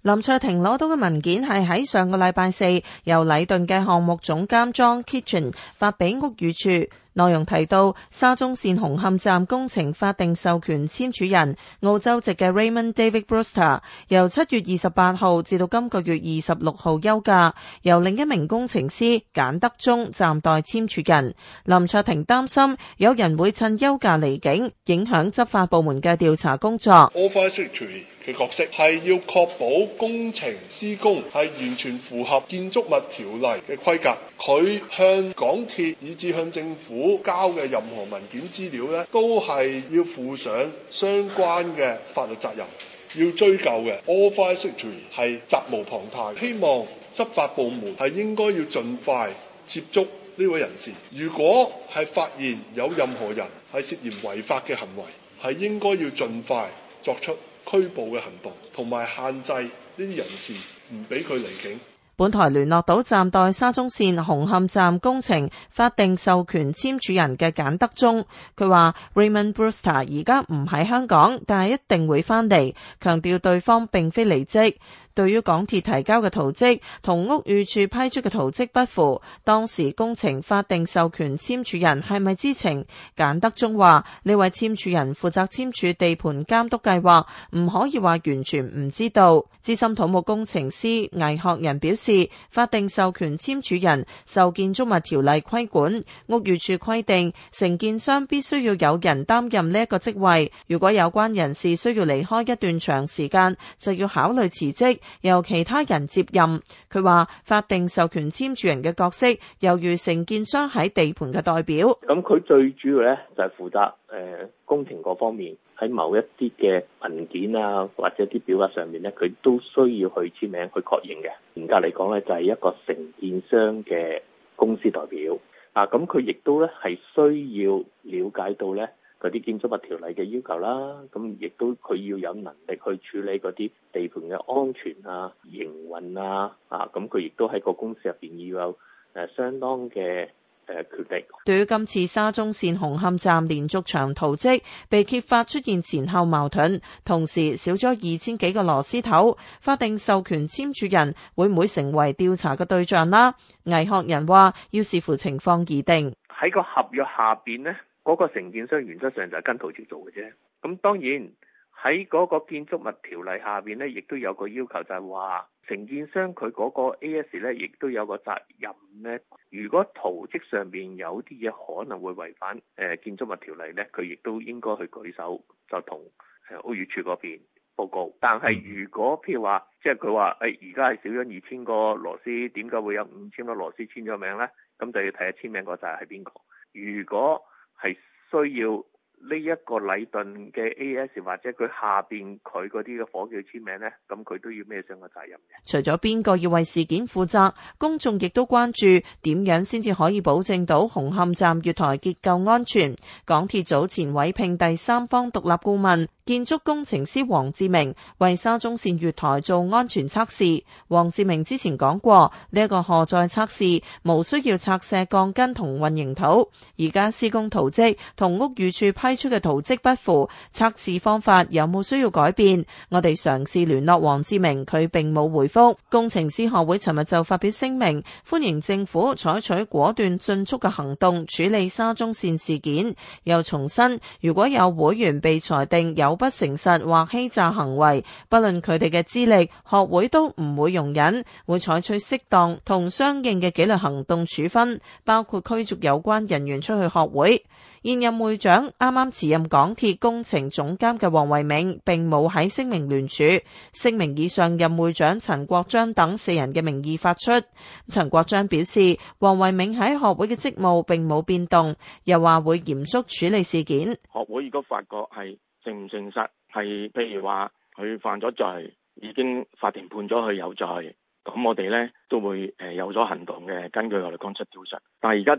林卓廷攞到嘅文件係喺上個禮拜四由禮頓嘅項目總監 John Kitchen 發俾屋宇署，內容提到沙中線紅磡站工程法定授權簽署人澳洲籍嘅 Raymond David Brewster 由7月28號至到今個月26號休假，由另一名工程師簡德忠暫代簽署人。林卓廷擔心有人會趁休假離境，影響執法部門嘅調查工作。 嘅角色係要確保工程施工係完全符合建築物條例嘅規格，佢向港鐵以至向政府交嘅任何文件資料咧，都係要負上相關嘅法律責任，要追究嘅。All Fire Secretary 係責無旁貸，希望執法部門係應該要盡快接觸呢位人士。如果係發現有任何人係涉嫌違法嘅行為，係應該要盡快作出拘捕嘅行動，同埋限制呢啲人士唔俾佢離境。 本台聯絡到暫代沙中線紅磡站工程法定授權簽署人嘅簡德忠，佢話 Raymond Brewster 而家唔喺香港，但係一定會返嚟，強調對方並非離職。對於港鐵提交嘅圖則同屋宇署批出嘅圖則不符，當時工程法定授權簽署人係咪知情？簡德忠話呢位簽署人負責簽署地盤監督計劃，唔可以話完全唔知道。資深土木工程師魏學仁表示，法定授權簽署人受建築物條例規管，屋宇署規定承建商必須要有人擔任呢一個職位，如果有關人士需要離開一段長時間，就要考慮辭職，由其他人接任。佢話法定授權簽署人嘅角色猶如承建商喺地盤嘅代表。 咁佢最主要咧就係負責工程嗰方面，喺某一啲嘅文件啊或者啲表格上面咧，佢都需要去簽名去確認嘅。嚴格嚟講咧，就係一個承建商嘅公司代表。咁佢亦都咧係需要了解到咧嗰啲建築物條例嘅要求啦，咁亦都佢要有能力去處理嗰啲地盤嘅安全啊、營運啊，咁佢亦都喺個公司入邊要有相當嘅權力。 對於今次沙中線紅磡站連續牆圖則被揭發出現前後矛盾，同時少咗2000幾個螺絲頭，法定授權簽署人會唔會成為調查嘅對象啦？魏學仁話要視乎情況而定。 喺個合約下邊呢，嗰個承建商原則上就係跟圖住做嘅啫。咁當然喺嗰個建築物條例下邊呢，亦都有個要求，就係話承建商佢嗰個 AS 呢，亦都有個責任呢。如果圖則上邊有啲嘢可能會違反建築物條例呢，佢亦都應該去舉手，就同屋宇署嗰邊報告。但係如果譬如話，即係佢話而家係少咗2000個螺絲，點解會有5000個螺絲簽咗名呢？咁就要睇下簽名嗰陣係邊個。如果係需要呢一個禮頓嘅 AS 或者佢下邊佢嗰啲嘅伙計簽名呢，咁佢都要孭上個責任嘅。 除咗邊個要為事件負責，公眾亦都關注點樣先至可以保證到紅磡站月台結構安全。港鐵早前委聘第三方獨立顧問建築工程師黃志明為沙中線月台做安全測試。黃志明之前講過，呢一個荷載測試無需要拆卸鋼筋同混凝土，而家施工圖則同屋宇署批出嘅圖則不符，測試方法有冇需要改變？我哋嘗試聯絡黃志明，佢並冇回覆。工程師學會尋日就發表聲明，歡迎政府採取果斷迅速嘅行動處理沙中線事件，又重申如果有會員被裁定有不誠實或欺詐行為，不論佢哋嘅資歷，學會都唔會容忍，會採取適當同相應嘅紀律行動處分，包括驅逐有關人員出去學會。現任會長啱啱辭任港鐵工程總監嘅黃唯銘並冇喺聲明聯署，聲明以上任會長陳國章等4人嘅名義發出。陳國章表示，黃唯銘喺學會嘅職務並冇變動，又話會嚴肅處理事件。 學會如果發覺係誠唔誠實，係譬如話佢犯咗罪，已經法庭判咗佢有罪，咁我哋呢都會有咗行動嘅，根據我哋剛出調查。但係而家都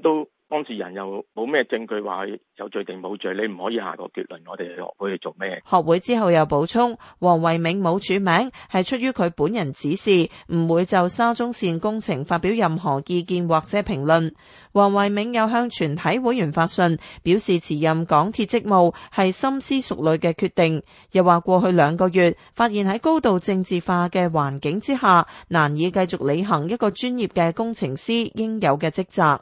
當事人又冇咩證據話有罪定冇罪，你唔可以下個結論，我哋學會去做咩？ 學會之後又補充，黃唯銘冇署名係出於佢本人指示，唔會就沙中線工程發表任何意見或者評論。黃唯銘又向全體會員發信，表示辭任港鐵職務係深思熟慮嘅決定，又話過去2個月發現喺高度政治化嘅環境之下，難以繼續履行一個專業嘅工程師應有嘅職責。